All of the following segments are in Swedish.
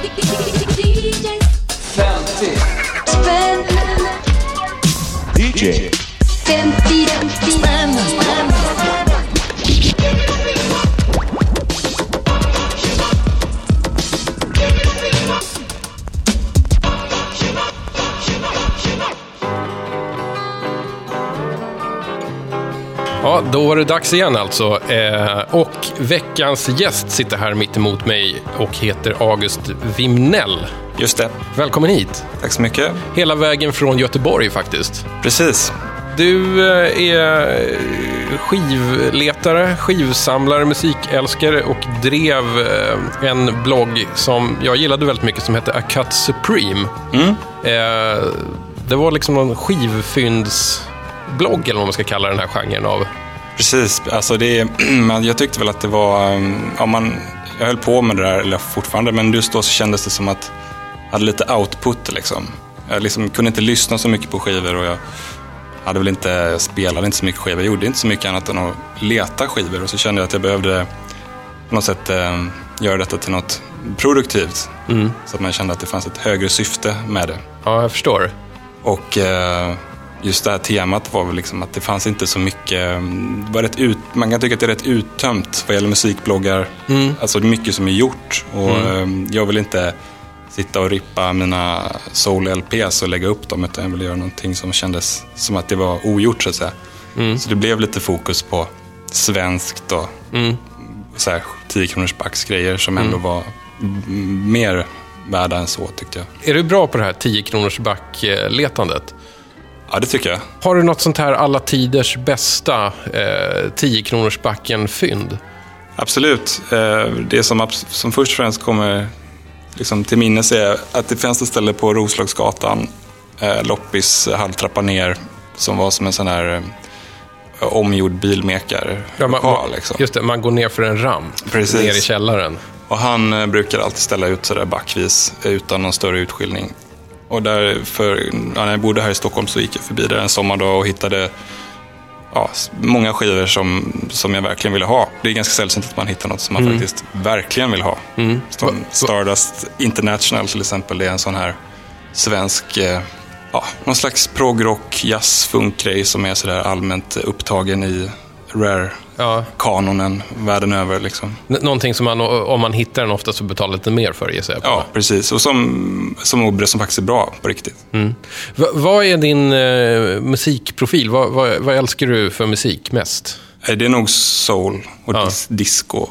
50 spänn. DJ 50 spänn. Ja, då var det dags igen alltså. Och veckans gäst sitter här mitt emot mig och heter August Wimnell. Just det. Välkommen hit. Tack så mycket. Hela vägen från Göteborg faktiskt. Precis. Du är skivletare, skivsamlare, musikälskare och drev en blogg som jag gillade väldigt mycket som hette A Cut Supreme. Det var liksom någon skivfyndsblogg eller vad man ska kalla den här genren av. Precis, alltså jag tyckte väl att det var, jag höll på med det där, eller fortfarande, men just då så kändes det som att jag hade lite output liksom. Jag liksom kunde inte lyssna så mycket på skivor och jag spelade inte så mycket skivor, jag gjorde inte så mycket annat än att leta skivor och så kände jag att jag behövde på något sätt göra detta till något produktivt. Så att man kände att det fanns ett högre syfte med det. Ja, jag förstår. Och just det här temat var väl liksom att det fanns inte så mycket, man kan tycka att det är rätt uttömt vad gäller musikbloggar. Alltså det är mycket som är gjort och jag vill inte sitta och rippa mina soul-LPs och lägga upp dem, utan jag ville göra någonting som kändes som att det var ogjort så att säga. Så det blev lite fokus på svenskt och så här 10 kronors backsgrejer som ändå var mer värda än så, tyckte jag. Är du bra på det här 10 kronors backletandet? Ja, det tycker jag. Har du något sånt här alla tiders bästa 10 kronors backen-fynd? Absolut. Det som först och främst kommer liksom till minnes är att det fanns ett ställe på Roslagsgatan, loppis halvtrappa ner, som var som en sån här omgjord bilmekar-lokal. Liksom. Just det, man går ner för en ramp. Precis. Ner i källaren. Och han brukar alltid ställa ut sådär backvis utan någon större utskiljning. Och när jag bodde här i Stockholm så gick jag förbi där en sommardag och hittade många skivor som jag verkligen ville ha. Det är ganska sällsynt att man hittar något som man faktiskt verkligen vill ha. Stardust International till exempel, det är en sån här svensk någon slags progrock, jazz-funk-grej som är sådär allmänt upptagen i Rare-kanonen världen över liksom. Någonting som man, om man hittar den ofta så betalar lite mer för, gissar jag på. Ja, precis. Och som faktiskt är bra på riktigt. Vad är din musikprofil? Vad älskar du för musik mest? Det är nog soul och disco.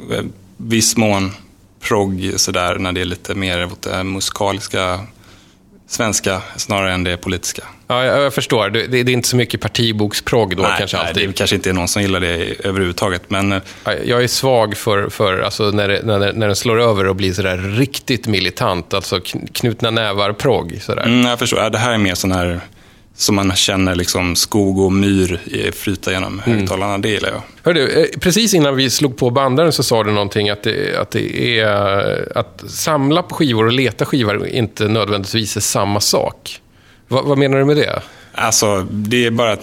Viss mån prog sådär, när det är lite mer åt det musikaliska svenska snarare än det politiska. Ja, jag förstår. Det är inte så mycket partiboksprog då, kanske alltid. Det kanske inte är någon som gillar det överhuvudtaget, men jag är svag för alltså när den slår över och blir sådär riktigt militant, alltså knutna nävar prog sådär. Jag förstår. Det här är mer sån här som man känner liksom skog och myr flyta genom högtalarna, det gillar jag. Hörru, precis innan vi slog på bandaren så sa du någonting att det är att samla på skivor och leta skivor inte nödvändigtvis är samma sak. Vad menar du med det? Alltså, det är bara att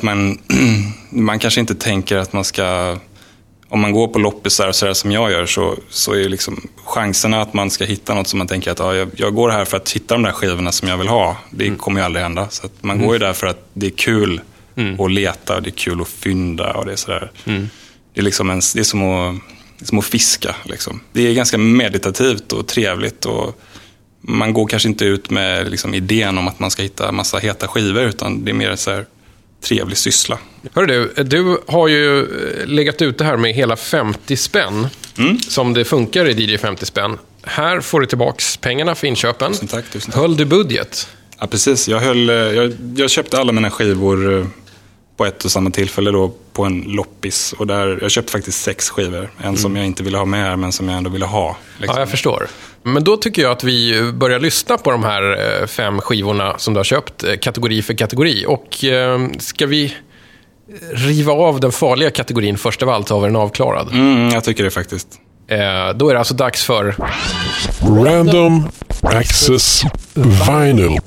man kanske inte tänker att man ska, om man går på loppisar och sådär som jag gör, så är liksom chanserna att man ska hitta något som man tänker att jag går här för att hitta de där skivorna som jag vill ha. Det kommer ju aldrig hända. Så att man går ju där för att det är kul att leta, det är kul att fynda och det är sådär. Det är liksom det är som att fiska liksom. Det är ganska meditativt och trevligt, och man går kanske inte ut med liksom idén om att man ska hitta massa heta skivor, utan det är mer så här trevlig syssla. Hörru du har ju legat ute här med hela 50 spänn som det funkar i DJ 50 spänn. Här får du tillbaks pengarna för inköpen. Tusen tack. Höll du budget? Ja, precis. Jag köpte alla mina skivor på ett och samma tillfälle då på en loppis, och där jag köpte faktiskt 6 skivor. En som jag inte ville ha med här, men som jag ändå ville ha. Liksom. Ja, jag förstår. Men då tycker jag att vi börjar lyssna på de här 5 skivorna som du har köpt, kategori för kategori. Och ska vi riva av den farliga kategorin först av allt, har vi den avklarad? Jag tycker det faktiskt. Då är det alltså dags för Random Access Vinyl.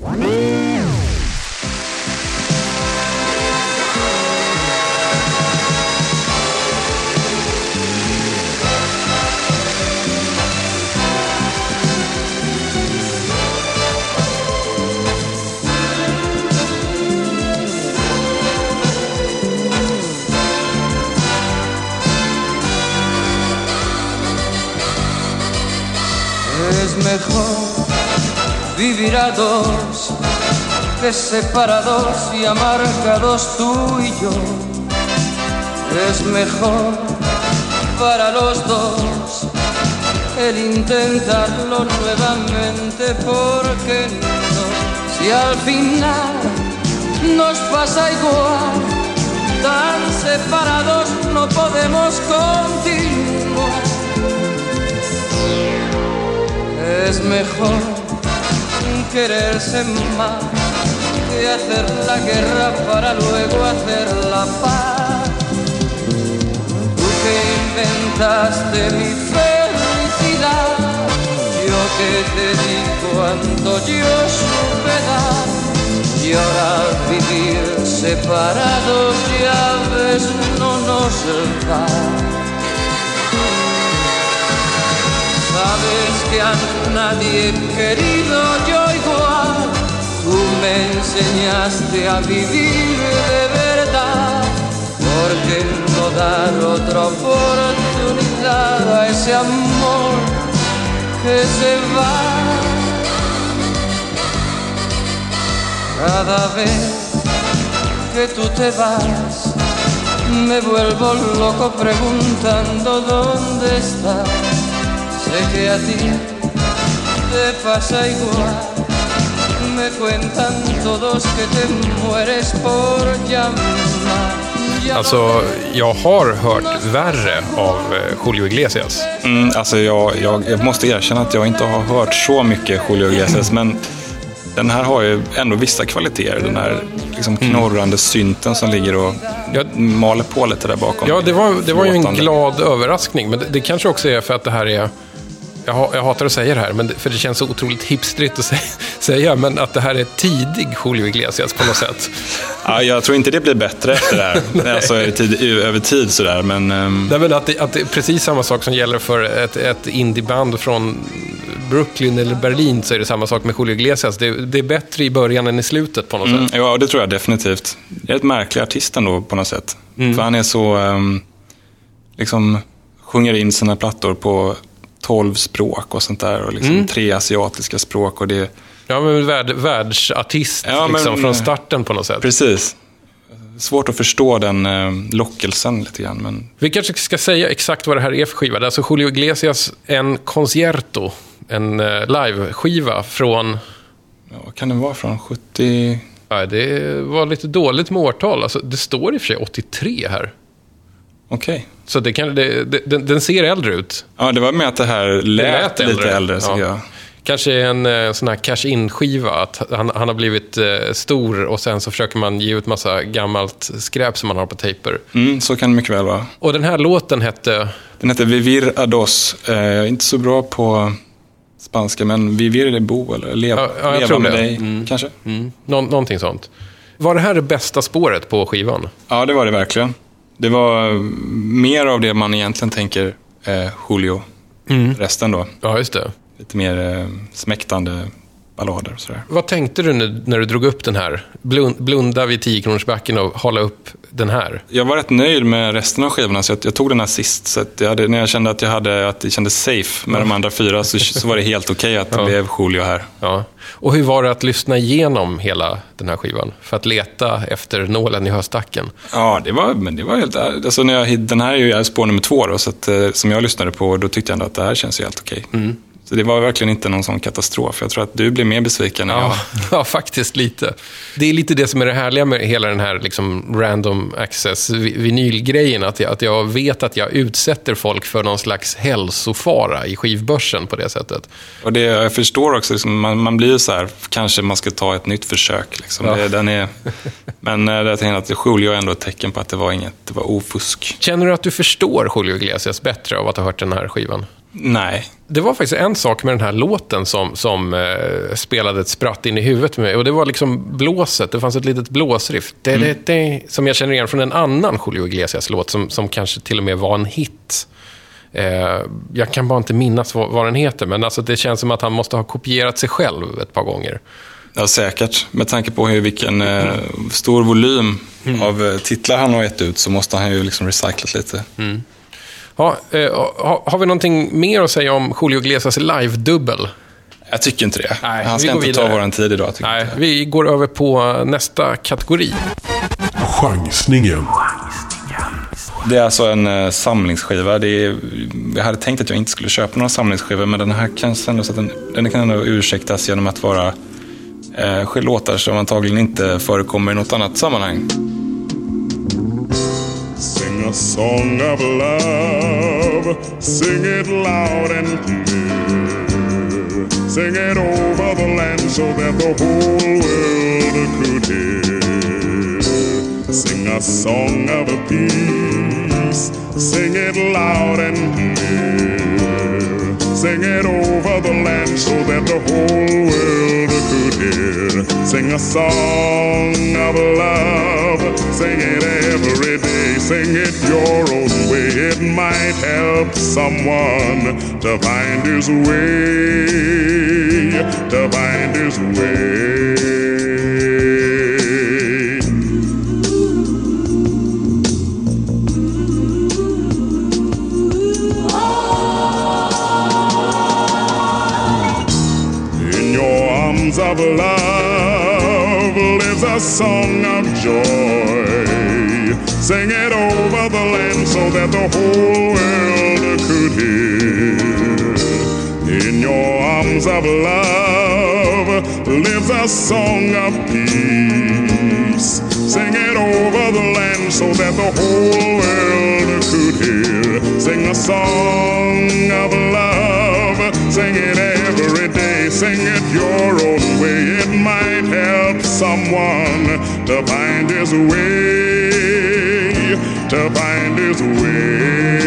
Es mejor vivir a dos que separados y amargados tú y yo. Es mejor para los dos el intentarlo nuevamente, porque no, si al final nos pasa igual, tan separados no podemos continuar. Es mejor quererse más que hacer la guerra para luego hacer la paz. Tú que inventaste mi felicidad, yo que te di cuanto yo supe dar, y ahora vivir separados ya ves no nos da. Sabes que a nadie he querido yo igual, tú me enseñaste a vivir de verdad, porque no dar otra oportunidad a ese amor que se va. Cada vez que tú te vas, me vuelvo loco preguntando dónde estás. Sé que a ti te pasa igual, me cuentan todos que te mueres por llamar. Alltså, jag har hört värre av Julio Iglesias. Alltså jag måste erkänna att jag inte har hört så mycket Julio Iglesias, men den här har ju ändå vissa kvaliteter. Den här liksom knorrande synten som ligger och maler på lite där bakom. Ja, det var ju en glad överraskning, men det kanske också är för att det här är... Jag hatar att säga det här, men för det känns så otroligt hipstrigt att säga, men att det här är tidig Julio Iglesias på något sätt. Ja, jag tror inte det blir bättre efter det här. Alltså över tid sådär, men... Nej, men att det är precis samma sak som gäller för ett indieband från Brooklyn eller Berlin, så är det samma sak med Julio Iglesias. Det är bättre i början än i slutet på något sätt. Ja, det tror jag definitivt. Det är ett märklig artist ändå på något sätt. För han är så... liksom sjunger in sina plattor på 12 språk och sånt där, och liksom 3 asiatiska språk, och det... Ja, men världsartist liksom, från starten på något sätt. Precis. Svårt att förstå den lockelsen lite grann, men... Vi kanske ska säga exakt vad det här är för skiva. Det är alltså Julio Iglesias en concerto, en live-skiva från... Ja, vad kan det vara? Från 70... Ja, det var lite dåligt med årtal. Alltså, det står i och för sig 83 här. Okej. Så den ser äldre ut. Ja, det var med att det här lät lite äldre så jag. Kanske en sån här cash-in-skiva, att han har blivit stor och sen så försöker man ge ut massa gammalt skräp som man har på tejper. Så kan det mycket väl vara. Och den här låten hette... Den heter Vivir a dos. Inte så bra på spanska, men Vivir de bo, eller leva med dig, kanske. Någonting sånt. Var det här det bästa spåret på skivan? Ja, det var det verkligen. Det var mer av det man egentligen tänker Julio. Resten då. Ja, just det. Lite mer smäktande ballader och sådär. Vad tänkte du när du drog upp den här? Blunda vid 10-kronorsbacken och hålla upp den här? Jag var rätt nöjd med resten av skivorna, så jag tog den här sist. Så att när jag kände att det kändes safe med de andra 4, så var det helt okej att det blev Julio här. Ja. Och hur var det att lyssna igenom hela den här skivan? För att leta efter nålen i höstacken? Ja, det var helt... Alltså den här är ju spår nummer 2 då, så att, som jag lyssnade på, då tyckte jag ändå att det här känns ju helt okej. Så det var verkligen inte någon sån katastrof. Jag tror att du blir mer besviken än jag. Ja, faktiskt lite. Det är lite det som är det härliga med hela den här liksom random access vinylgrejen. Att jag vet att jag utsätter folk för någon slags hälsofara i skivbörsen på det sättet. Och det jag förstår också, liksom, man blir ju så här, kanske man ska ta ett nytt försök. Liksom. Ja. Men jag tänker att Julio är ändå ett tecken på att det var ofusk. Känner du att du förstår Julio Iglesias bättre av att ha hört den här skivan? Nej. Det var faktiskt en sak med den här låten som spelade ett spratt in i huvudet med mig. Och det var liksom blåset. Det fanns ett litet blåsriff. Som jag känner igen från en annan Julio Iglesias-låt som kanske till och med var en hit. Jag kan bara inte minnas vad den heter. Men alltså det känns som att han måste ha kopierat sig själv ett par gånger. Ja, säkert. Med tanke på vilken stor volym av titlar han har gett ut, så måste han ju liksom recyclat lite. Ja, har vi någonting mer att säga om Julio Iglesias live-dubbel? Jag tycker inte det. Nej, han ska inte ta våran tid idag. Nej, vi går över på nästa kategori. Chansningen. Det är alltså en samlingsskiva. Jag hade tänkt att jag inte skulle köpa några samlingsskivor, men den här kan ändå, så att den kan ändå ursäktas genom att vara låtar som antagligen inte förekommer i något annat sammanhang. Sing a song of love, sing it loud and clear. Sing it over the land so that the whole world could hear. Sing a song of peace, sing it loud and clear. Sing it over the land so that the whole world could hear. Sing a song of love, sing it every day. Sing it your own way, it might help someone to find his way, to find his way. In your arms of love lives a song of joy. Sing it over the land so that the whole world could hear. In your arms of love lives a song of peace. Sing it over the land so that the whole world could hear. Sing a song of love, sing it every day. Sing it your own way, it might help someone to find his way, to find his way.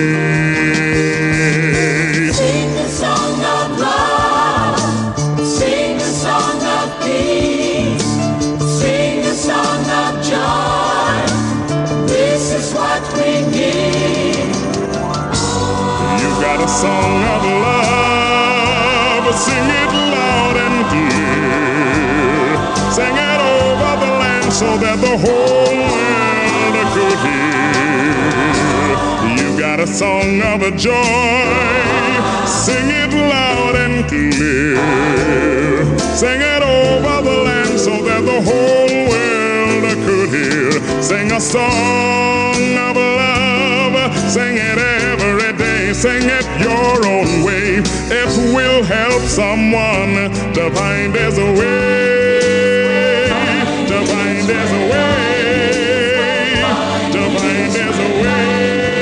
Sing a song of love, sing a song of peace, sing a song of joy. This is what we need. You got a song of love, sing it loud and clear. Sing it over the land so that the whole world could hear. You got a song of joy, sing it loud and clear. Sing it over the land so that the whole world could hear. Sing a song of love, sing it every day. Sing it your own way, it will help someone to find his way, to find his way, to find his way.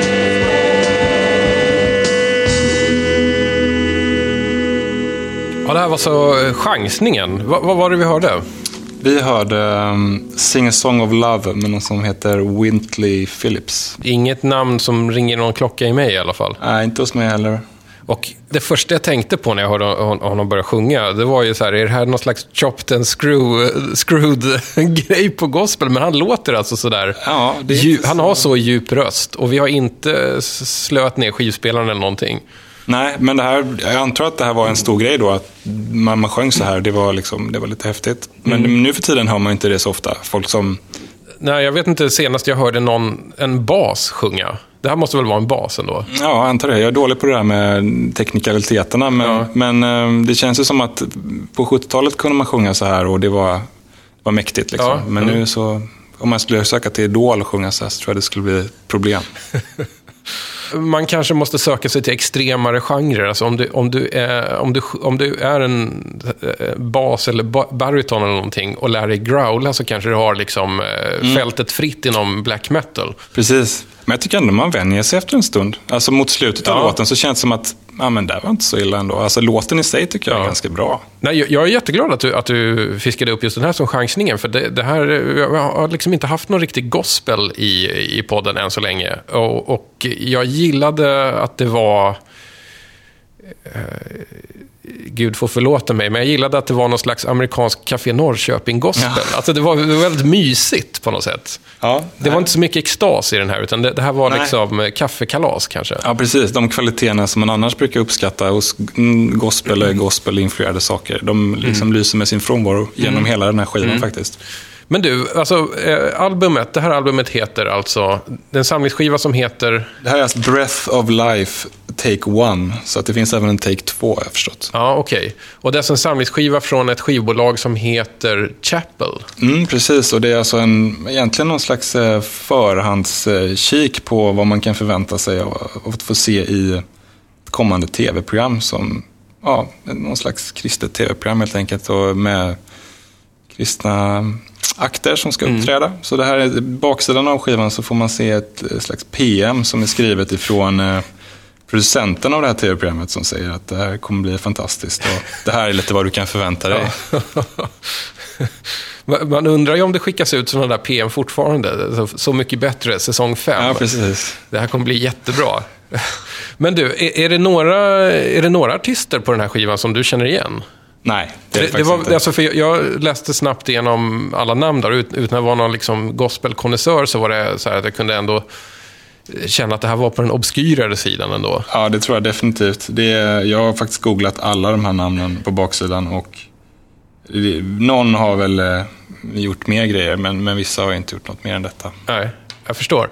Ja, det här var så chansningen. Vad var det vi hörde? Vi hörde Sing a Song of Love med någon som heter Wintley Phillips. Inget namn som ringer någon klocka i mig i alla fall. Nej, inte hos mig heller. Och det första jag tänkte på när jag hörde honom börja sjunga, det var ju så här, är det här någon slags chopped and screwed grej på gospel? Men han låter alltså sådär. Ja, Han har så djup röst och vi har inte slöt ner skivspelaren eller någonting. Nej, men det här, jag antar att det här var en stor grej då, att man sjöng så här, det var lite häftigt. Men nu för tiden hör man inte det så ofta. Folk som... Nej, jag vet inte, senast jag hörde en bas sjunga. Det här måste väl vara en bas ändå? Ja, jag antar det. Jag är dålig på det här med teknikaliteterna, men det känns ju som att på 70-talet kunde man sjunga så här och det var mäktigt liksom. Ja, men nu så, om man skulle söka till Idol och sjunga så här, så tror jag det skulle bli problem. Man kanske måste söka sig till extremare genrer. Alltså om du är en bas eller bariton eller någonting och lär dig growla, så kanske du har liksom fältet fritt inom black metal. Precis. Men jag tycker ändå man vänjer sig efter en stund. Alltså mot slutet av låten så känns det som att men det var inte så illa ändå. Alltså låten i sig tycker jag är ganska bra. Nej, jag är jätteglad att du fiskade upp just den här som chansningen. För det här, jag har liksom inte haft någon riktig gospel i podden än så länge. Och jag gillade att det var... Gud får förlåta mig, men jag gillade att det var någon slags amerikansk Café Norrköping-gospel. Ja. Alltså det var väldigt mysigt på något sätt. Ja, det var inte så mycket extas i den här, utan det här var liksom kaffekalas kanske. Ja, precis. De kvaliteterna som man annars brukar uppskatta hos gospel eller gospel-influerade saker, de liksom lyser med sin frånvaro genom hela den här skivan faktiskt. Men du, alltså det här albumet heter alltså, den samlingsskiva som heter... Det här är alltså Breath of Life Take 1, så att det finns även en Take 2, jag har förstått. Ja, okej. Och det är alltså en samlingsskiva från ett skivbolag som heter Chapel. Precis, och det är alltså egentligen någon slags förhandskik på vad man kan förvänta sig av att få se i ett kommande tv-program som, någon slags kristet tv-program helt enkelt, och med kristna akter som ska uppträda. Så det här är baksidan av skivan, så får man se ett slags PM som är skrivet ifrån producenten av det här tv-programmet som säger att det här kommer bli fantastiskt och det här är lite vad du kan förvänta dig. Man undrar ju om det skickas ut sådana där PM fortfarande. Så mycket bättre, säsong 5. Ja, precis. Det här kommer bli jättebra. Men du, är det några artister på den här skivan som du känner igen? Nej, det var inte. Alltså, för jag läste snabbt igenom alla namn där, utan att vara någon liksom gospelkonnässör, så var det så här att jag kunde ändå känna att det här var på den obskyrare sidan ändå. Ja, det tror jag definitivt. Jag har faktiskt googlat alla de här namnen på baksidan och någon har väl gjort mer grejer, men vissa har inte gjort något mer än detta. Nej, jag förstår.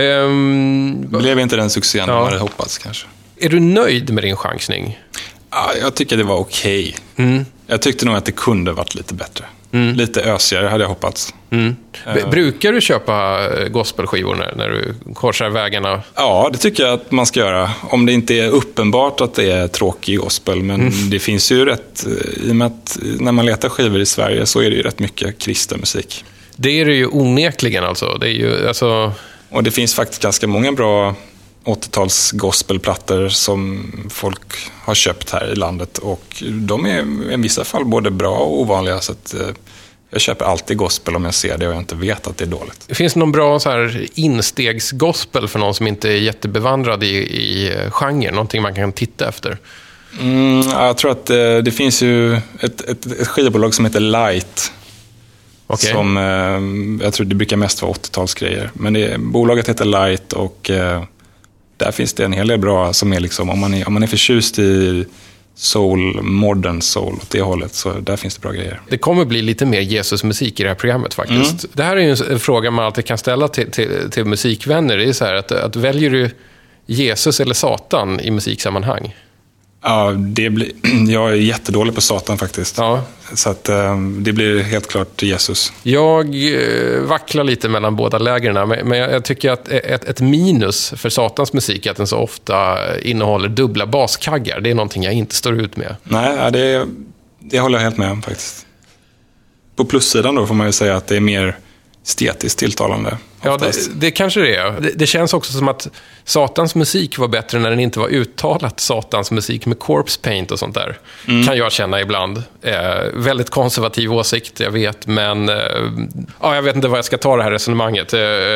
Blev inte den succén man hade hoppats kanske. Är du nöjd med din chansning? Ja, jag tycker det var okej. Jag tyckte nog att det kunde varit lite bättre. Lite ösigare hade jag hoppats. Brukar du köpa gospelskivor när du korsar vägarna? Ja, det tycker jag att man ska göra. Om det inte är uppenbart att det är tråkig gospel. Men det finns ju rätt, i och med att när man letar skivor i Sverige så är det ju rätt mycket kristen musik. Det är det ju onekligen alltså. Det är ju, alltså... Och det finns faktiskt ganska många bra 80-tals gospelplattor som folk har köpt här i landet. Och de är i vissa fall både bra och ovanliga, så att jag köper alltid gospel om jag ser det och jag inte vet att det är dåligt. Finns det någon bra så här instegsgospel för någon som inte är jättebevandrad i genre? Någonting man kan titta efter? Jag tror att det finns ju ett skivbolag som heter Light. Okay. Som jag tror det brukar mest vara 80-talsgrejer. Men bolaget heter Light och där finns det en hel del bra som är liksom, om man är förtjust i soul, modern soul åt det hållet, så där finns det bra grejer. Det kommer bli lite mer Jesus-musik i det här programmet faktiskt. Det här är ju en fråga man alltid kan ställa till musikvänner. Det är så här att väljer du Jesus eller Satan i musiksammanhang? Ja, jag är jättedålig på Satan faktiskt. Ja. Så att det blir helt klart Jesus. Jag vacklar lite mellan båda lägren, men jag tycker att ett minus för Satans musik är att den så ofta innehåller dubbla baskaggar. Det är någonting jag inte står ut med. Nej, det håller jag helt med om faktiskt. På plussidan då får man ju säga att det är mer estetiskt tilltalande. Ja, det kanske det är. Det känns också som att Satans musik var bättre när den inte var uttalat Satans musik med corpse paint och sånt där. Kan jag känna ibland. Väldigt konservativ åsikt, jag vet. Men jag vet inte vad jag ska ta det här resonemanget.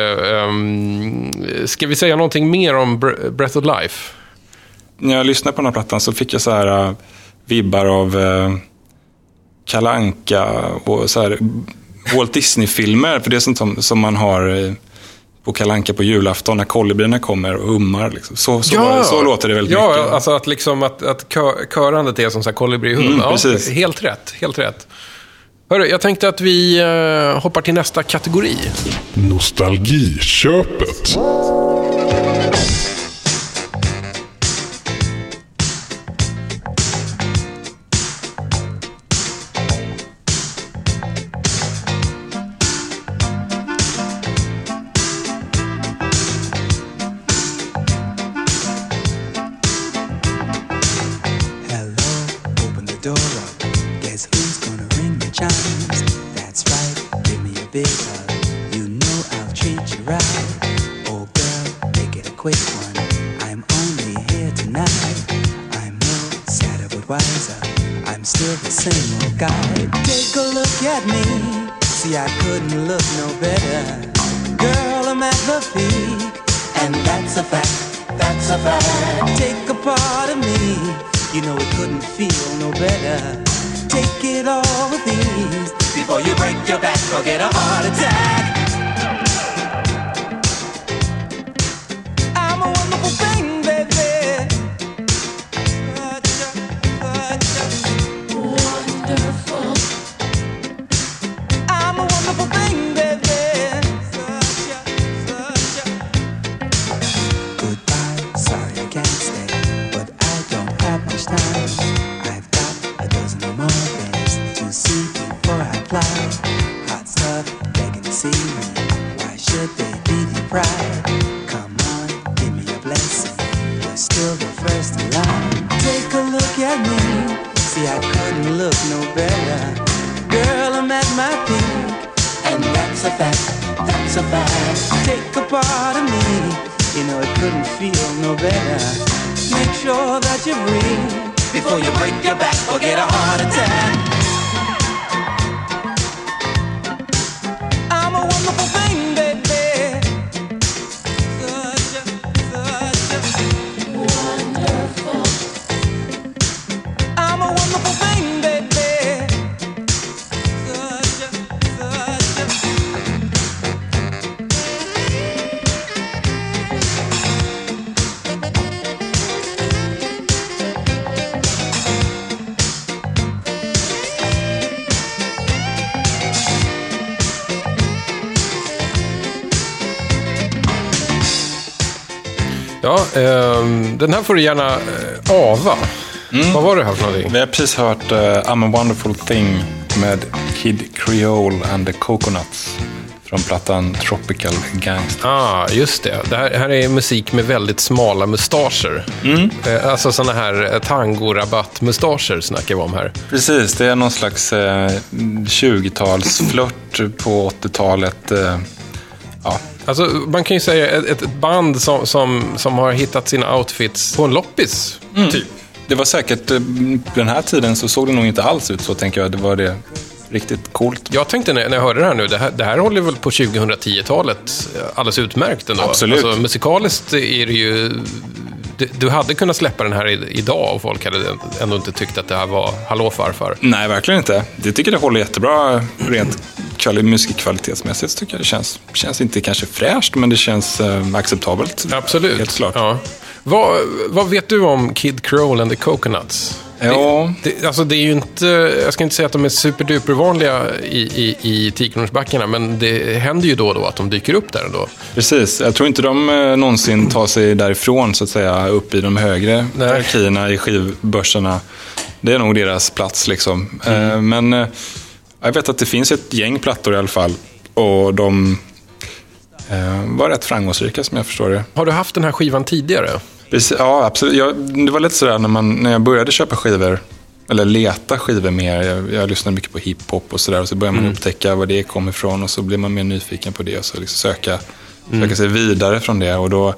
Ska vi säga någonting mer om Breath of Life? När jag lyssnade på den här plattan så fick jag så här vibbar av Kalle Anka och så här Walt Disney-filmer, för det är sånt som man har på Kalle Anka på julafton när kolibrierna kommer och hummar. Liksom. Så låter det väldigt mycket. Ja, alltså att, liksom att körandet är som så här kolibrihum. Precis. Helt rätt. Hörru, jag tänkte att vi hoppar till nästa kategori. Nostalgiköpet. I'm a wonderful thing. each time. I've got a dozen or more things to see before I fly. Hot stuff, they can see me. Why should they be deprived? Come on, give me a blessing. You're still the first in line. Take a look at me. See, I couldn't look no better. Girl, I'm at my peak. And that's a fact, that's a fact. Take a part of me. You know it couldn't feel no better. Make sure that you breathe before you break your back or get a heart attack. I'm a wonderful thing, baby. Such a wonderful. I'm a wonderful thing, baby. Such a Ja, den här får du gärna ava. Vad var det här för någonting? Vi har precis hört I'm a Wonderful Thing med Kid Creole and the Coconuts från plattan Tropical Gangsta. Just det. Det här är musik med väldigt smala mustascher. Alltså såna här tangorabatt-mustascher snackar vi om här. Precis, det är någon slags 20-talsflört på 80-talet. Ja. Alltså man kan ju säga ett band som har hittat sina outfits på en loppis, typ. Det var säkert, på den här tiden så såg det nog inte alls ut så, tänker jag. Det var det riktigt coolt. Jag tänkte när jag hörde det här nu, det här håller väl på 2010-talet alldeles utmärkt ändå. Absolut. Alltså, musikaliskt är det ju... Du hade kunnat släppa den här idag och folk hade ändå inte tyckt att det här var hallå farfar. Nej, verkligen inte. Jag tycker det håller jättebra rent musikkvalitetsmässigt, tycker jag. Det känns inte kanske fräscht, men det känns acceptabelt. Absolut. Helt klart. Ja. Vad vet du om Kid Creole and the Coconuts? Ja. Det är ju inte, jag ska inte säga att de är superduper vanliga i 10-kronorsbackarna, men det händer ju då och då att de dyker upp där ändå. Precis, jag tror inte de någonsin tar sig därifrån så att säga upp i de högre hierarkierna i skivbörserna. Det är nog deras plats liksom. Men jag vet att det finns ett gäng plattor i alla fall, och de var rätt framgångsrika som jag förstår det. Har du haft den här skivan tidigare? Ja, absolut. Det var lite sådär när jag började köpa skivor, eller leta skivor mer. Jag lyssnade mycket på hiphop och sådär, och så började man upptäcka var det kom ifrån, och så blir man mer nyfiken på det och så liksom söka sig vidare från det. Och då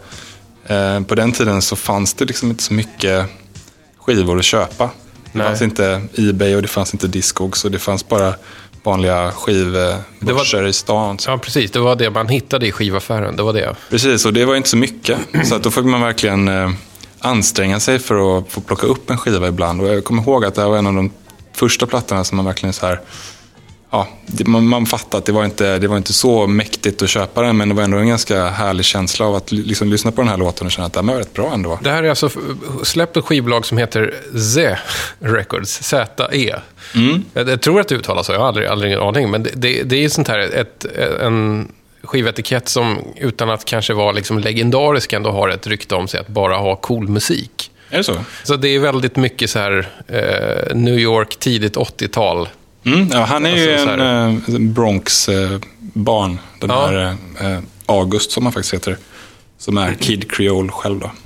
på den tiden så fanns det liksom inte så mycket skivor att köpa. Det fanns inte eBay och det fanns inte Discogs, och det fanns bara vanliga skivbörser i stan. Ja, precis. Det var det man hittade i skivaffären. Det var det. Precis, och det var inte så mycket. Så att då fick man verkligen anstränga sig för att få plocka upp en skiva ibland. Och jag kommer ihåg att det var en av de första plattorna som man verkligen så här... Ja, man fattade att det var inte så mäktigt att köpa den, men det var ändå en ganska härlig känsla av att liksom lyssna på den här låten och känna att det var rätt bra ändå. Det här är alltså släppt ett skivbolag som heter Z Records, Z-E. Jag tror att det uttalas så, jag har aldrig en aning, men det är sånt här en skivetikett som utan att kanske vara liksom legendarisk ändå har ett rykte om sig att bara ha cool musik. Är det så? Så det är väldigt mycket så här New York tidigt 80-tal. Ja, han är ju en Bronx-barn. Den här August som han faktiskt heter. Som är Kid Creole själv då.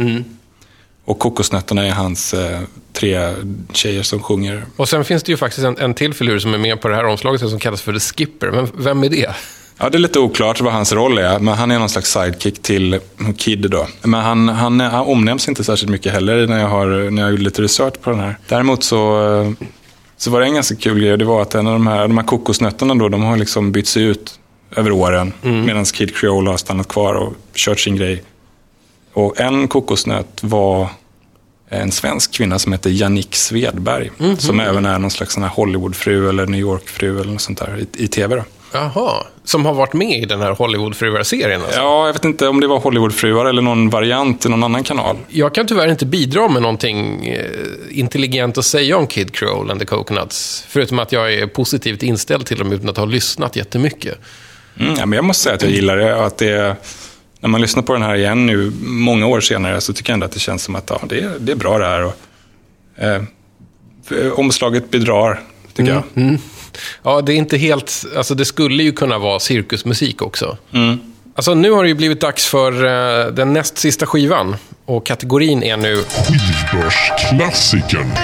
Och Kokosnötterna är hans 3 tjejer som sjunger. Och sen finns det ju faktiskt en till filur som är med på det här omslaget som kallas för The Skipper. Men vem är det? Ja, det är lite oklart vad hans roll är. Men han är någon slags sidekick till Kid då. Men han omnämns inte särskilt mycket heller när jag gjorde lite research på den här. Däremot så var det en ganska kul grej. Det var att en av de här kokosnötterna då, de har liksom bytts ut över åren. Medan Kid Creole har stannat kvar och kört sin grej. Och en kokosnöt var en svensk kvinna som heter Jannik Svedberg. Som även är någon slags sån här Hollywoodfru eller New York-fru eller något sånt där i tv då. Jaha, som har varit med i den här Hollywoodfruar-serien alltså? Ja, jag vet inte om det var Hollywoodfruar eller någon variant i någon annan kanal. Jag kan tyvärr inte bidra med någonting intelligent att säga om Kid Creole and the Coconuts. Förutom att jag är positivt inställd till dem utan att ha lyssnat jättemycket. Ja, men jag måste säga att jag gillar det. Att när man lyssnar på den här igen nu, många år senare, så tycker jag ändå att det känns som att det är bra det här. Och, Omslaget bedrar, tycker jag. Ja, det är inte helt... Alltså det skulle ju kunna vara cirkusmusik också. Alltså nu har det ju blivit dags för den näst sista skivan. Och kategorin är nu... Skivbörsklassikern.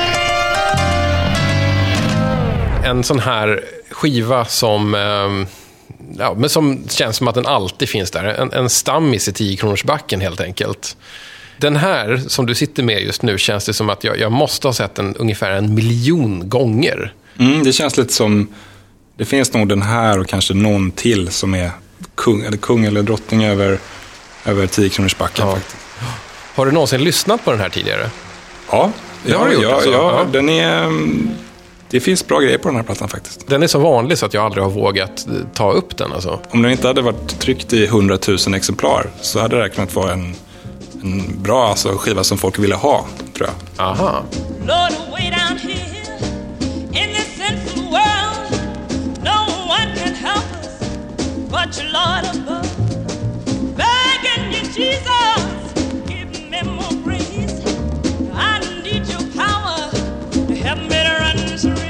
En sån här skiva som... men som känns som att den alltid finns där. En stammis i 10-kronorsbacken helt enkelt. Den här som du sitter med just nu känns det som att jag måste ha sett den ungefär 1 miljon gånger. Det känns lite som... Det finns nog den här och kanske någon till som är kung eller drottning över 10-kronorsbacken faktiskt. Har du någonsin lyssnat på den här tidigare? Ja, det har du gjort alltså. Ja, den är... Det finns bra grejer på den här plattan faktiskt. Den är så vanlig så att jag aldrig har vågat ta upp den alltså. Om den inte hade varit tryckt i 100 000 exemplar så hade det kunnat vara en bra skiva som folk ville ha, tror jag. Aha. Lord, way down here in this sinful world, no one can help us but your Lord above. Begging you, Jesus, give me more grace. I need your power to help me to run this race.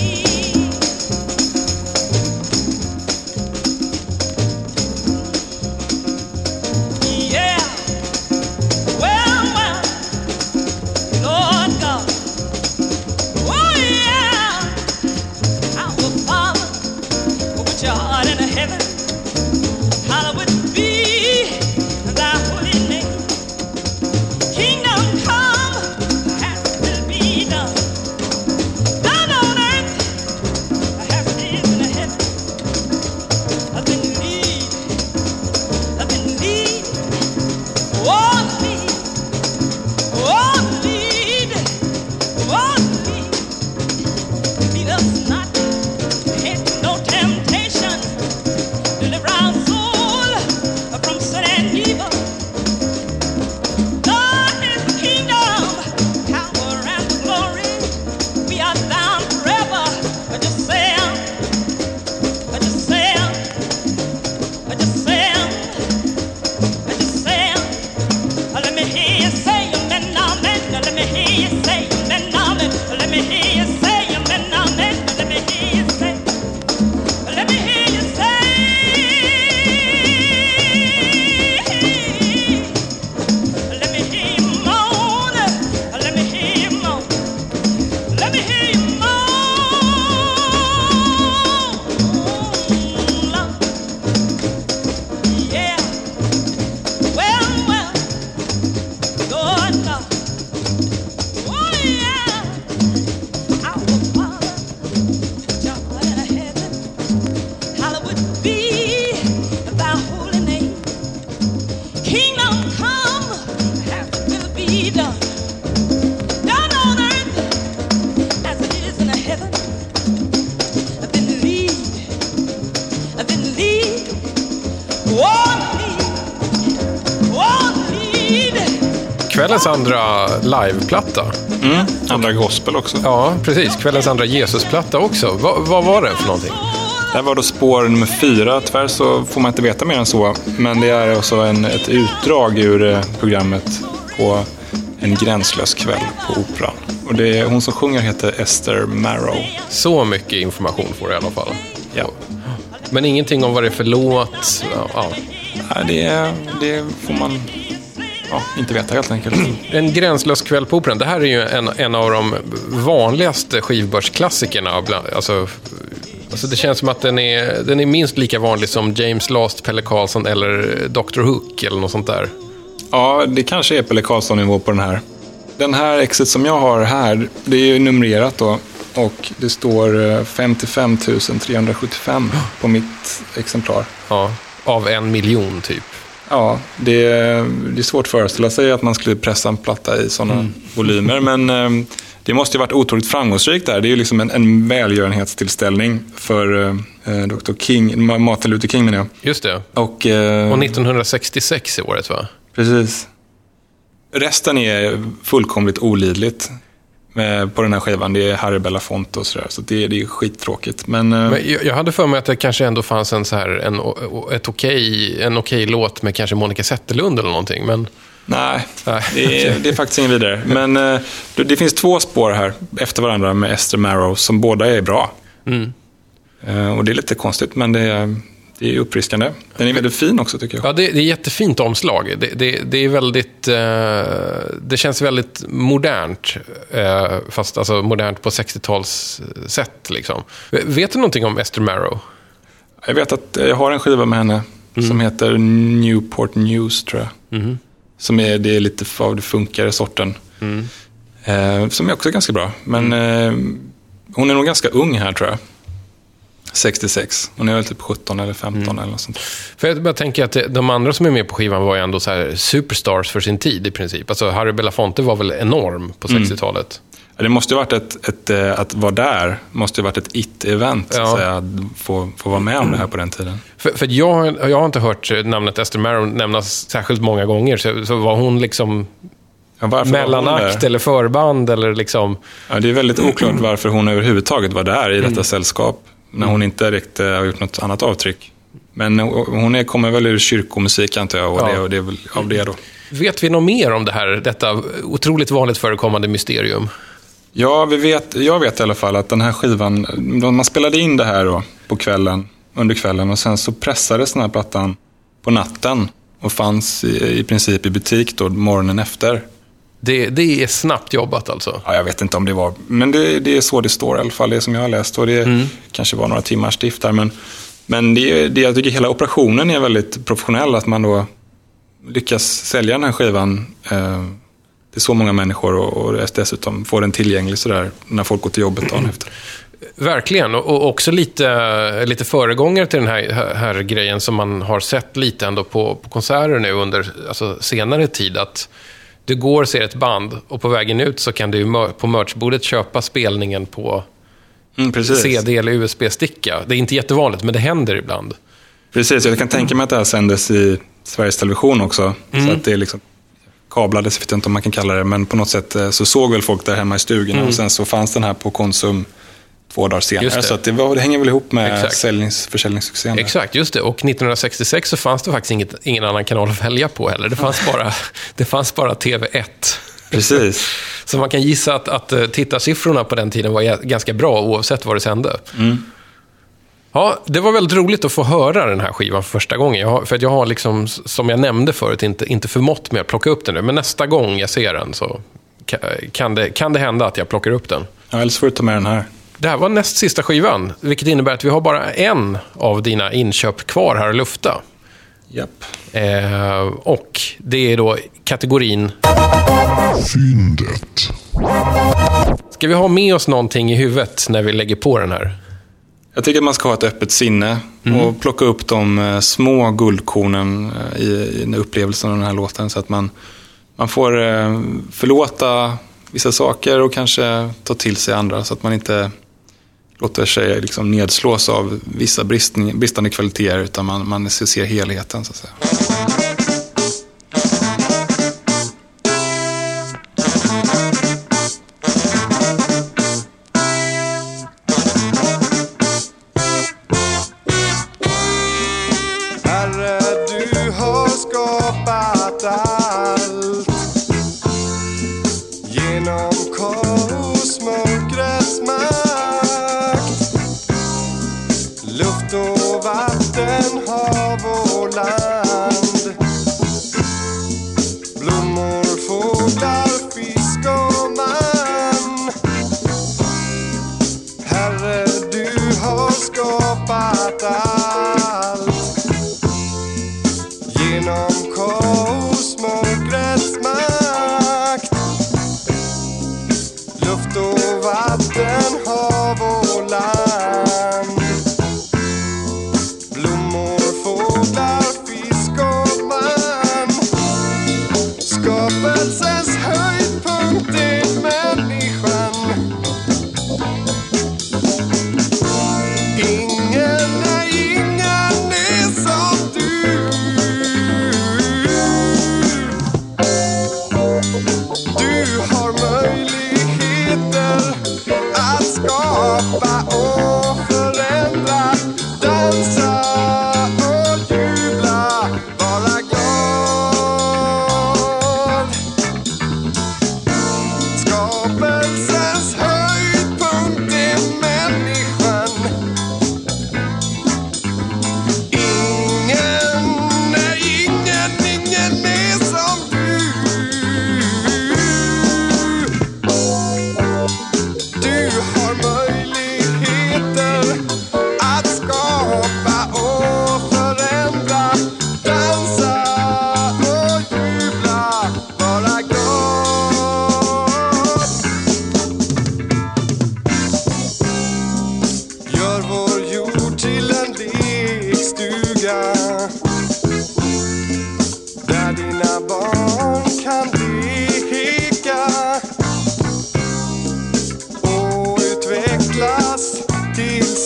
Yeah, well, Lord God, oh yeah, our Father, which art in heaven, hallowed be thy holy name. Kingdom come, as it will be done, down on earth as it is in heaven. I've been lead, oh lead, lead us not into no temptation. Deliver our soul from sin and evil. God is the kingdom, power and glory. We are down forever. Just say, just say, just say, just say. Let me hear you say amen, amen. Let me hear you say amen, amen. Let me hear you say amen, amen. Let me hear you say. Let me hear you say. Let me hear you moan. Let me hear you moan. Let me hear you moan. Yeah. Well. Lord God, oh yeah, our Father, which art in heaven, hallowed be thy holy name. Kingdom come, as it will be done, down on earth as it is in heaven. Then lead, oh lead. Kvällens andra liveplatta. Andra gospel också. Ja, precis. Kvällens andra Jesusplatta också. Vad var det för någonting? Det här var då spår nummer 4. Tyvärr så får man inte veta mer än så. Men det är också ett utdrag ur programmet på En gränslös kväll på Operan. Och hon som sjunger heter Esther Marrow. Så mycket information får du i alla fall. Ja. Men ingenting om vad det är för låt. Ja. Nej, det får man inte veta helt enkelt. En gränslös kväll på Operan. Det här är ju en av de vanligaste skivbörsklassikerna. Alltså det känns som att den är minst lika vanlig som James Last, Pelle Karlsson eller Dr. Hook eller något sånt där. Ja, det kanske är Pelle Karlsson-nivå på den här. Den här exet som jag har här, det är ju numrerat då. Och det står 55 375 på mitt exemplar. Ja, av 1 miljon typ. Ja, det är svårt att föreställa sig att man skulle pressa en platta i sådana volymer. Men det måste ju varit otroligt framgångsrikt där. Det är ju liksom en välgörenhetstillställning för Dr. King, Martin Luther King menar jag. Just det. Och 1966 i året, va? Precis. Resten är fullkomligt olidligt på den här skivan. Det är Harry Belafonte och sådär. Så det är skittråkigt. Men jag hade för mig att det kanske ändå fanns en okej låt med kanske Monica Zetterlund eller någonting. Men Nej, det är faktiskt ingen vidare. Men det finns 2 spår här efter varandra med Esther Marrow som båda är bra. Och det är lite konstigt, men det är uppfriskande. Den är väldigt fin också, tycker jag. Ja, det är jättefint omslag. Det är väldigt... det känns väldigt modernt. Fast alltså modernt på 60-tals sätt, liksom. Vet du någonting om Esther Marrow? Jag vet att jag har en skiva med henne som heter Newport News, tror jag. Som är lite av det funkare sorten. Som är också ganska bra. Men hon är nog ganska ung här, tror jag. 66. Hon är väl typ 17 eller 15 eller något sånt. För jag bara tänker att de andra som är med på skivan var ju ändå så här superstars för sin tid i princip. Alltså Harry Belafonte var väl enorm på 60-talet. Ja, det måste ju ha varit att vara där. Måste ju ha varit ett it-event, så att säga, att få vara med om det här på den tiden. För jag har inte hört namnet Esther Marrow nämnas särskilt många gånger. Så var hon liksom mellanakt eller förband eller liksom... Ja, det är väldigt oklart varför hon överhuvudtaget var där i detta sällskap. När hon inte riktigt har gjort något annat avtryck. Men hon kommer väl ur kyrkomusik, antar jag, och det är väl av det då. Vet vi något mer om detta otroligt vanligt förekommande mysterium? Ja, jag vet i alla fall att den här skivan, man spelade in det här då på under kvällen, och sen så pressades den här plattan på natten och fanns i princip i butik då morgonen efter. Det är snabbt jobbat alltså? Ja, jag vet inte om det var, men det är så det står i alla fall, det som jag har läst, och det kanske var några timmars drift där, men jag tycker hela operationen är väldigt professionell, att man då lyckas sälja den här skivan till så många människor och dessutom få den tillgänglig sådär när folk går till jobbet dagen efter. Verkligen, och också lite föregångare till den här grejen som man har sett lite ändå på konserter nu under senare tid, att du går och ser ett band och på vägen ut så kan du på merchbordet köpa spelningen på CD eller USB-sticka. Det är inte jättevanligt, men det händer ibland. Precis, jag kan tänka mig att det här sändes i Sveriges Television också. Så att det är liksom kablades, jag vet inte om man kan kalla det, men på något sätt så såg väl folk där försäljningen i stugorna och sen så fanns den här på Konsum 2 dagar senare. Så att det hänger väl ihop med försäljningssuccén. Exakt, just det. Och 1966 så fanns det faktiskt ingen annan kanal att välja på heller. Det fanns bara TV1. Precis. Så man kan gissa att tittarsiffrorna på den tiden var ganska bra oavsett vad det sände. Ja, det var väldigt roligt att få höra den här skivan för första gången. För att jag har liksom, som jag nämnde förut, inte förmått med att plocka upp den nu. Men nästa gång jag ser den så kan det hända att jag plockar upp den. Ja, eller så får du ta med den här. Det här var näst sista skivan, vilket innebär att vi har bara en av dina inköp kvar här att lufta. Japp. Och det är då kategorin Fyndet. Ska vi ha med oss någonting i huvudet när vi lägger på den här? Jag tycker att man ska ha ett öppet sinne och plocka upp de små guldkornen i upplevelsen av den här låten, så att man får förlåta vissa saker och kanske ta till sig andra, så att man inte låter sig liksom nedslås av vissa bristande kvaliteter, utan man ser helheten, så att säga. Herre, du har skapat allt genom kosmokrats makt. Luft och vatten, hav och land. Blommor, fåglar, fisk och man. Herre, du har skapat allt genom kosmokrats makt. Luft och vatten, hav och land. Blommor, fåglar, fisk och man. Skapelsens höjdpunkt är människan. Ingen är som du. Du har möjligheter att skapa och förändra, dansa och jubla, vara glad.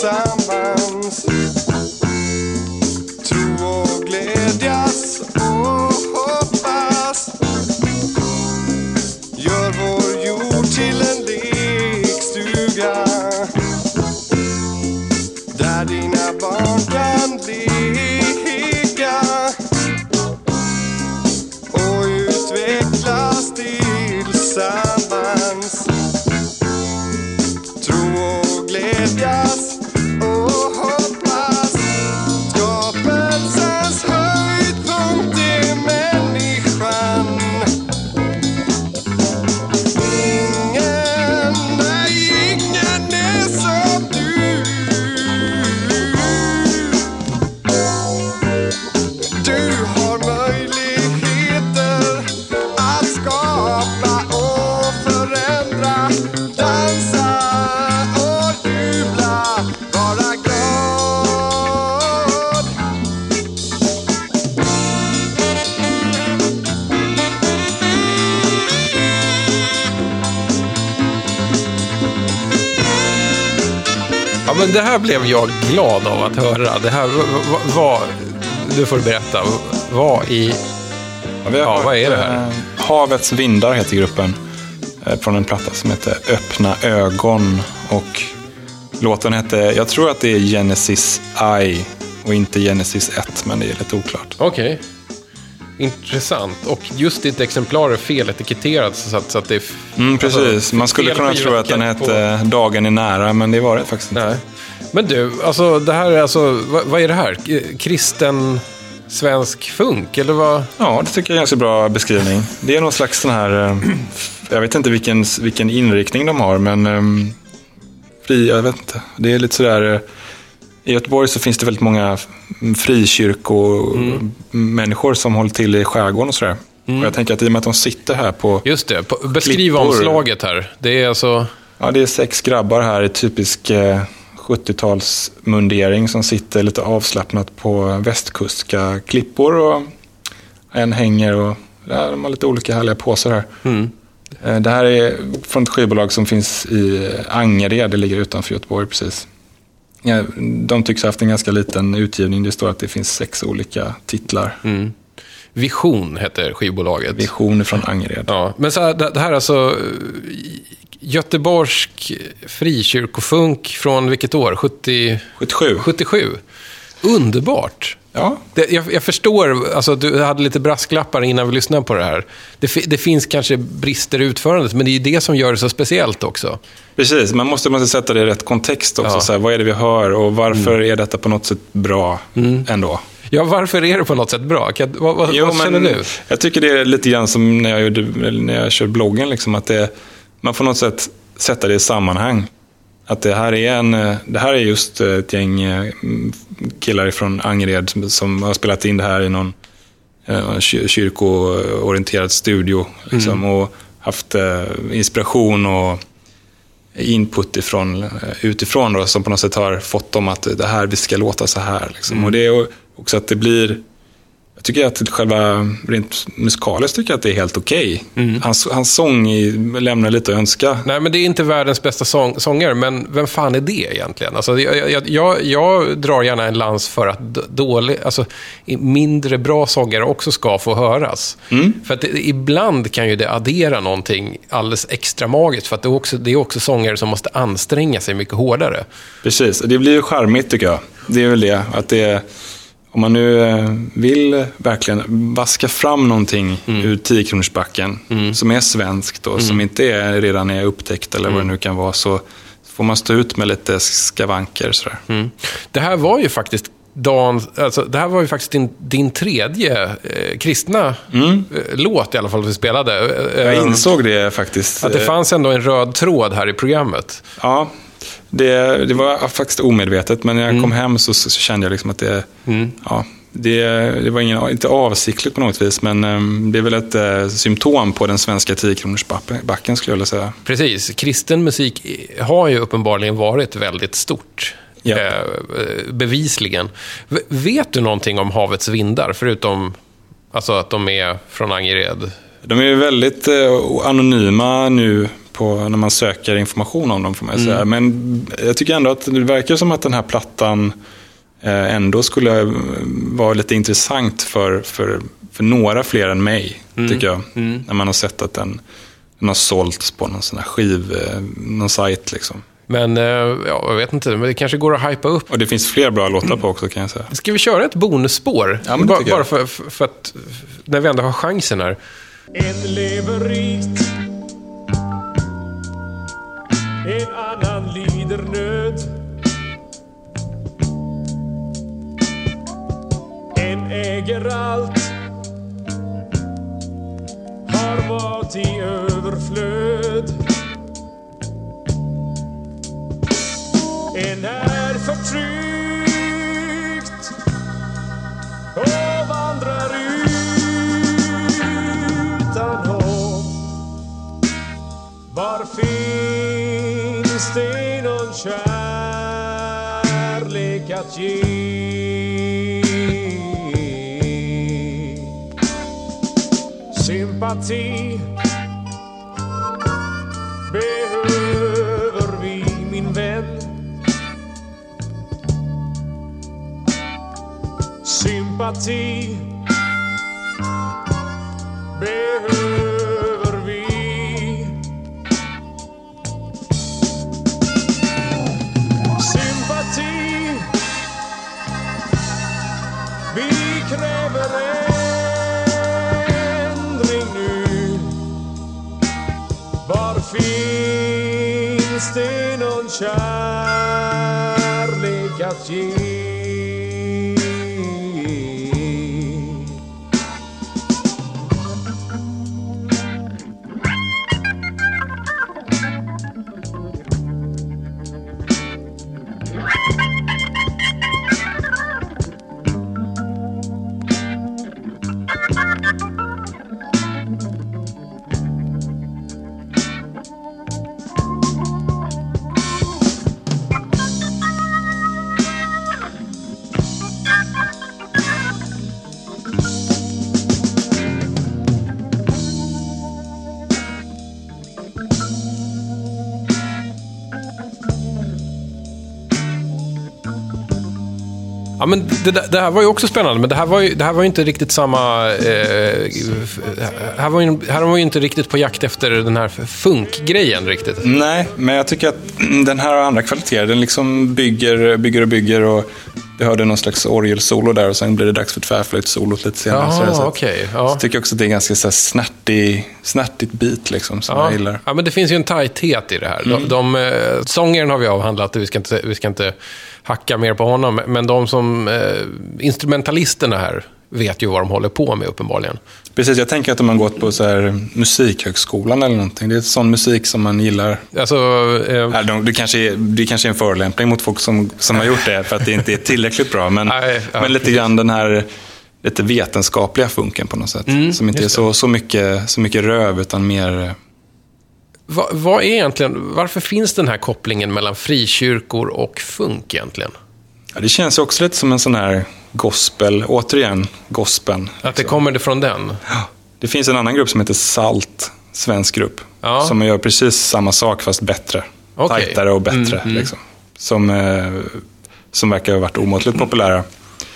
tillsammans. Tro och glädjas och hoppas. Gör vår jord till en lekstuga där dina barn kan leka och utvecklas tillsammans. Tro och glädjas och hoppas. Skapelsens höjdpunkt är människan. Ingen är som du. Du har möjligheter att skapa och förändra, dansa och jubla, vara glad. Ja, men det här blev jag glad av att höra. Det här var... Du får berätta. Vad är det här? Havets vindar heter gruppen. Från en platta som heter Öppna ögon. Och låten heter... Jag tror att det är Genesis I och inte Genesis 1, men det är lite oklart. Okej. Intressant. Och just ditt exemplar är feletiketterat så att det är... Precis. Alltså, man skulle kunna tro att den hette Dagen är nära, men det var det faktiskt inte. Nej. Men du, alltså det här är alltså... Vad är det här? Kristen svensk funk, eller vad? Ja, det tycker jag är en ganska bra beskrivning. Det är någon slags sån här... Jag vet inte vilken inriktning de har, men... jag vet inte. Det är lite sådär... I Göteborg så finns det väldigt många frikyrkomänniskor som håller till i skärgården och sådär. Och jag tänker att i och med att de sitter här på... Just det, beskriv omslaget här. Det är alltså... Ja, det är 6 grabbar här i typisk 70-talsmundering som sitter lite avslappnat på västkustska klippor. Och en hänger och de har lite olika härliga påsar här. Det här är från ett skivbolag som finns i Angered, det ligger utanför Göteborg precis. Ja, de tycks ha haft en ganska liten utgivning. Det står att det finns 6 olika titlar. Vision heter skivbolaget. Vision från Angered. Ja, men så här, det här är alltså göteborgsk frikyrkofunk från vilket år? 77. Underbart. Ja. Jag förstår, alltså du hade lite brasklappar innan vi lyssnade på det här. Det finns kanske brister i utförandet, men det är ju det som gör det så speciellt också. Precis, man måste sätta det i rätt kontext också. Ja. Så här, vad är det vi hör och varför är detta på något sätt bra ändå? Ja, varför är det på något sätt bra? Vad känner du? Jag tycker det är lite grann som när jag kör bloggen. Liksom, att man får något sätt sätta det i sammanhang. Att det här är just ett gäng killar från Angered som har spelat in det här i någon kyrkoorienterad studio. Liksom, och haft inspiration och input utifrån då, som på något sätt har fått dem att det här, vi ska låta så här. Liksom. Och det är också att det blir... Jag tycker att själva rent musikaliskt tycker jag att det är helt okej. Hans sång lämnar lite att önska. Nej, men det är inte världens bästa sångare, men vem fan är det egentligen? Alltså, jag drar gärna en lans för att mindre bra sångare också ska få höras. För att ibland kan ju det addera någonting alldeles extra magiskt, för att det är också sångare som måste anstränga sig mycket hårdare. Precis, det blir ju charmigt tycker jag. Det är väl det, att det om man nu vill verkligen vaska fram någonting ur 10-kronorsbacken som är svenskt då, som inte redan är upptäckt eller vad det nu kan vara, så får man stå ut med lite skavanker sådär. Det här var ju faktiskt det här var ju faktiskt din tredje kristna låt i alla fall vi spelade. Jag insåg det faktiskt. Att det fanns ändå en röd tråd här i programmet. Ja, det var faktiskt omedvetet, men när jag kom hem så kände jag liksom att det var inte avsiktligt på något vis, men det är väl ett symptom på den svenska 10-kronorsbacken skulle jag vilja säga. Precis, kristen musik har ju uppenbarligen varit väldigt stort. Ja. Bevisligen. Vet du någonting om Havets vindar, förutom alltså att de är från Angered? De är väldigt anonyma nu när man söker information om dem, får man säga. Men jag tycker ändå att det verkar som att den här plattan ändå skulle vara lite intressant för några fler än mig, tycker jag. När man har sett att den har sålts på någon sån här någon sajt liksom. Men jag vet inte, men det kanske går att hypa upp. Och det finns fler bra låtar på också, kan jag säga. Ska vi köra ett bonusspår? Ja, men bara för att när vi ändå har chansen här. En lever rikt, en annan lider nöd. En äger allt, har mat i överflöd. En är förtryckt och vandrar utan hopp. Var finns det någon kärlek att ge? Sympati behöver vi, min vän. Sympati behöver vi. Sympati, vi kräver ändring nu. Var finns det någon kärlek att ge? Ja, men det här var ju också spännande, men det här var ju inte riktigt samma... här var ju inte riktigt på jakt efter den här funkgrejen riktigt. Nej, men jag tycker att den här har andra kvaliteter. Den liksom bygger och vi hörde någon slags orgelsolo där och sen blir det dags för tvärflöjtsolot lite senare. Jaha, okej. Ja. Så tycker jag också att det är ganska så här snärtigt beat liksom, som jag gillar. Ja, men det finns ju en tajthet i det här. Sångaren har vi avhandlat, vi ska inte hacka mer på honom, men de som instrumentalisterna här vet ju vad de håller på med uppenbarligen. Precis, jag tänker att om man gått på så här musikhögskolan eller någonting, det är sån musik som man gillar. Alltså, det kanske är en förolämpning mot folk som har gjort det för att det inte är tillräckligt bra, men lite grann den här lite vetenskapliga funken på något sätt, som inte är så mycket röv utan mer... Vad är egentligen, varför finns den här kopplingen mellan frikyrkor och funk egentligen? Ja, det känns också lite som en sån här gospel, återigen gospeln. Att det kommer det från den? Ja, det finns en annan grupp som heter Salt, svensk grupp, som gör precis samma sak fast bättre. Tajtare och bättre. Liksom. Som verkar ha varit omåttligt populära.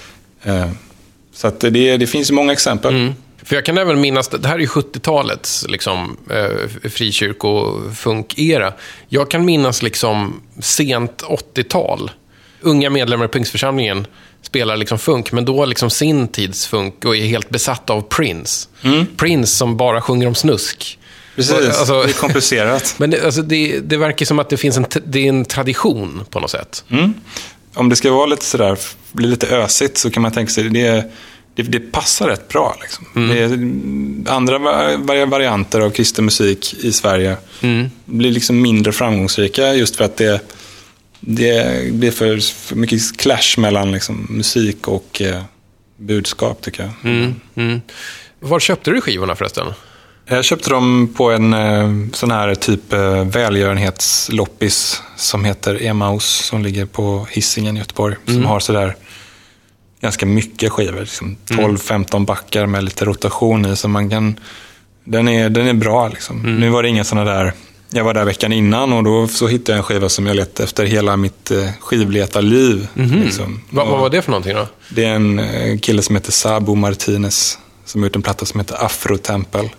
Så att det finns många exempel. För jag kan även minnas, det här är ju 70-talets liksom, frikyrko-funk-era. Jag kan minnas liksom sent 80-tal. Unga medlemmar i Pungsförsamlingen spelar liksom funk, men då liksom sin tids funk och är helt besatt av Prince. Prince som bara sjunger om snusk. Precis, alltså, det är komplicerat. Men det verkar som att det finns det är en tradition på något sätt. Om det ska vara lite sådär, bli lite ösigt, så kan man tänka sig det passar rätt bra liksom. Det är andra varianter av kristen musik i Sverige blir liksom mindre framgångsrika just för att det blir för mycket clash mellan liksom musik och budskap, tycker jag. Var köpte du skivorna förresten? Jag köpte dem på en sån här typ välgörenhetsloppis som heter Emaus, som ligger på Hisingen i Göteborg, som har sådär ganska mycket skivor, liksom 12-15 backar med lite rotation i, så man kan, den är bra liksom. Nu var det inga såna där jag var där veckan innan och då så hittade jag en skiva som jag letade efter hela mitt skivletarliv. Liksom. Vad var det för någonting då? Det är en kille som heter Sabo Martinez som har gjort en platta som heter Afro-Tempel.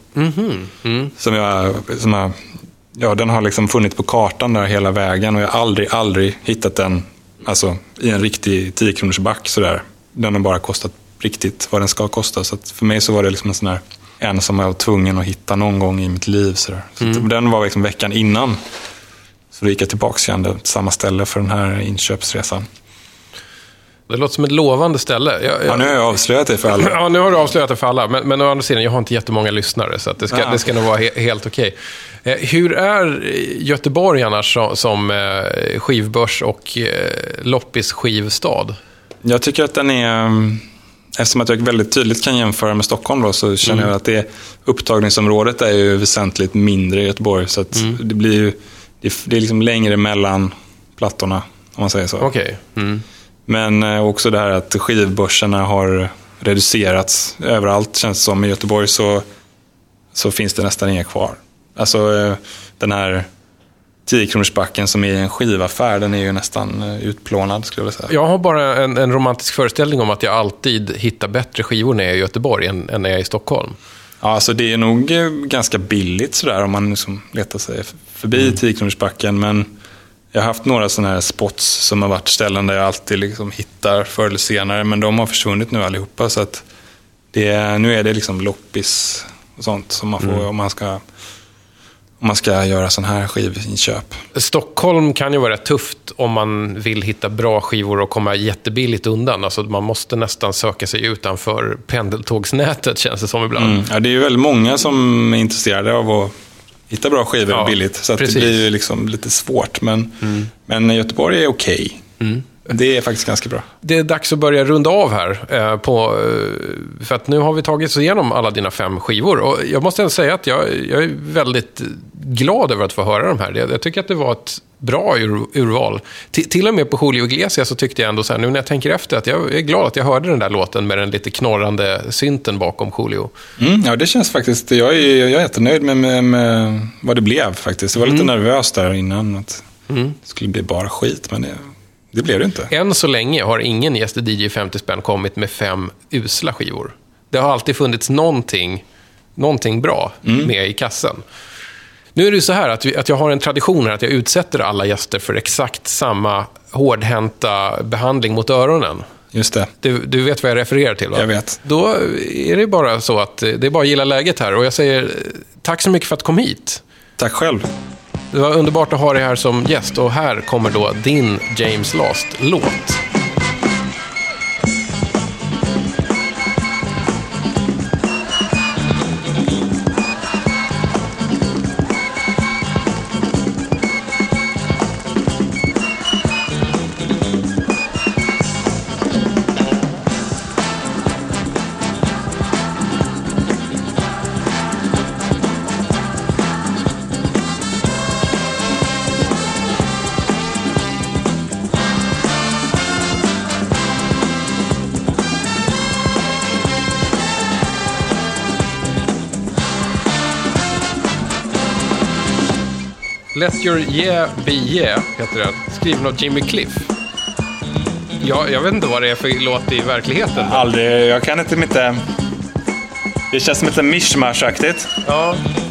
Den har liksom funnits på kartan där hela vägen och jag har aldrig hittat den alltså, i en riktig 10-kronors back sådär. Den har bara kostat riktigt vad den ska kosta. Så att för mig så var det liksom en sån här en som jag var tvungen att hitta någon gång i mitt liv. Så den var liksom veckan innan. Så då gick jag tillbaka och kände samma ställe för den här inköpsresan. Det låter som ett lovande ställe. Ja, nu har jag avslöjat det för alla. Ja, nu har du avslöjat det för alla. Men å andra sidan, jag har inte jättemånga lyssnare. Så att det ska nog vara helt okej. Hur är Göteborg annars som skivbörs och loppis skivstad? Jag tycker att den är... Eftersom att jag väldigt tydligt kan jämföra med Stockholm då, så känner jag att upptagningsområdet är ju väsentligt mindre i Göteborg. Så att det blir ju... Det är liksom längre mellan plattorna, om man säger så. Okej. Men också det här att skivbörserna har reducerats överallt, känns som. I Göteborg så finns det nästan inga kvar. Alltså den här 10-kronorsbacken som är en skivaffär, den är ju nästan utplånad, skulle jag säga. Jag har bara en romantisk föreställning om att jag alltid hittar bättre skivor när jag är i Göteborg än när jag är i Stockholm. Ja, alltså det är nog ganska billigt sådär om man liksom letar sig förbi 10-kronorsbacken, men jag har haft några sådana här spots som har varit ställen där jag alltid liksom hittar förr eller senare, men de har försvunnit nu allihopa, så att nu är det liksom loppis och sånt som man får om man ska göra sån här skivinköp. Stockholm kan ju vara rätt tufft om man vill hitta bra skivor och komma jättebilligt undan. Alltså man måste nästan söka sig utanför pendeltågsnätet, känns det som ibland. Ja, det är ju väldigt många som är intresserade av att hitta bra skivor billigt. Så att det blir ju liksom lite svårt. Men Göteborg är okej. Det är faktiskt ganska bra. Det är dags att börja runda av här. För att nu har vi tagit oss igenom alla dina 5 skivor. Och jag måste ändå säga att jag är väldigt glad över att få höra de här. Jag tycker att det var ett bra urval. Till och med på Julio Iglesias så tyckte jag ändå så här, nu när jag tänker efter, att jag är glad att jag hörde den där låten med den lite knorrande synten bakom Julio. Ja, det känns faktiskt, jag är jättenöjd med vad det blev faktiskt. Jag var lite nervös där innan att det skulle bli bara skit, men det blev det inte. Än så länge har ingen gäst i DJ 50 spänn kommit med 5 usla skivor. Det har alltid funnits någonting bra med i kassen. Nu är det så här att jag har en tradition här att jag utsätter alla gäster för exakt samma hårdhänta behandling mot öronen. Just det. Du vet vad jag refererar till, va? Jag vet. Då är det bara så att det är bara att gilla läget här. Och jag säger tack så mycket för att du kom hit. Tack själv. Det var underbart att ha dig här som gäst. Och här kommer då din James Last-låt. Let Your Yeah Be Yeah heter den. Skriven av Jimmy Cliff. Jag vet inte vad det är för låt i verkligheten. Aldrig, jag kan inte. Det känns som lite mishmash-aktigt. Ja.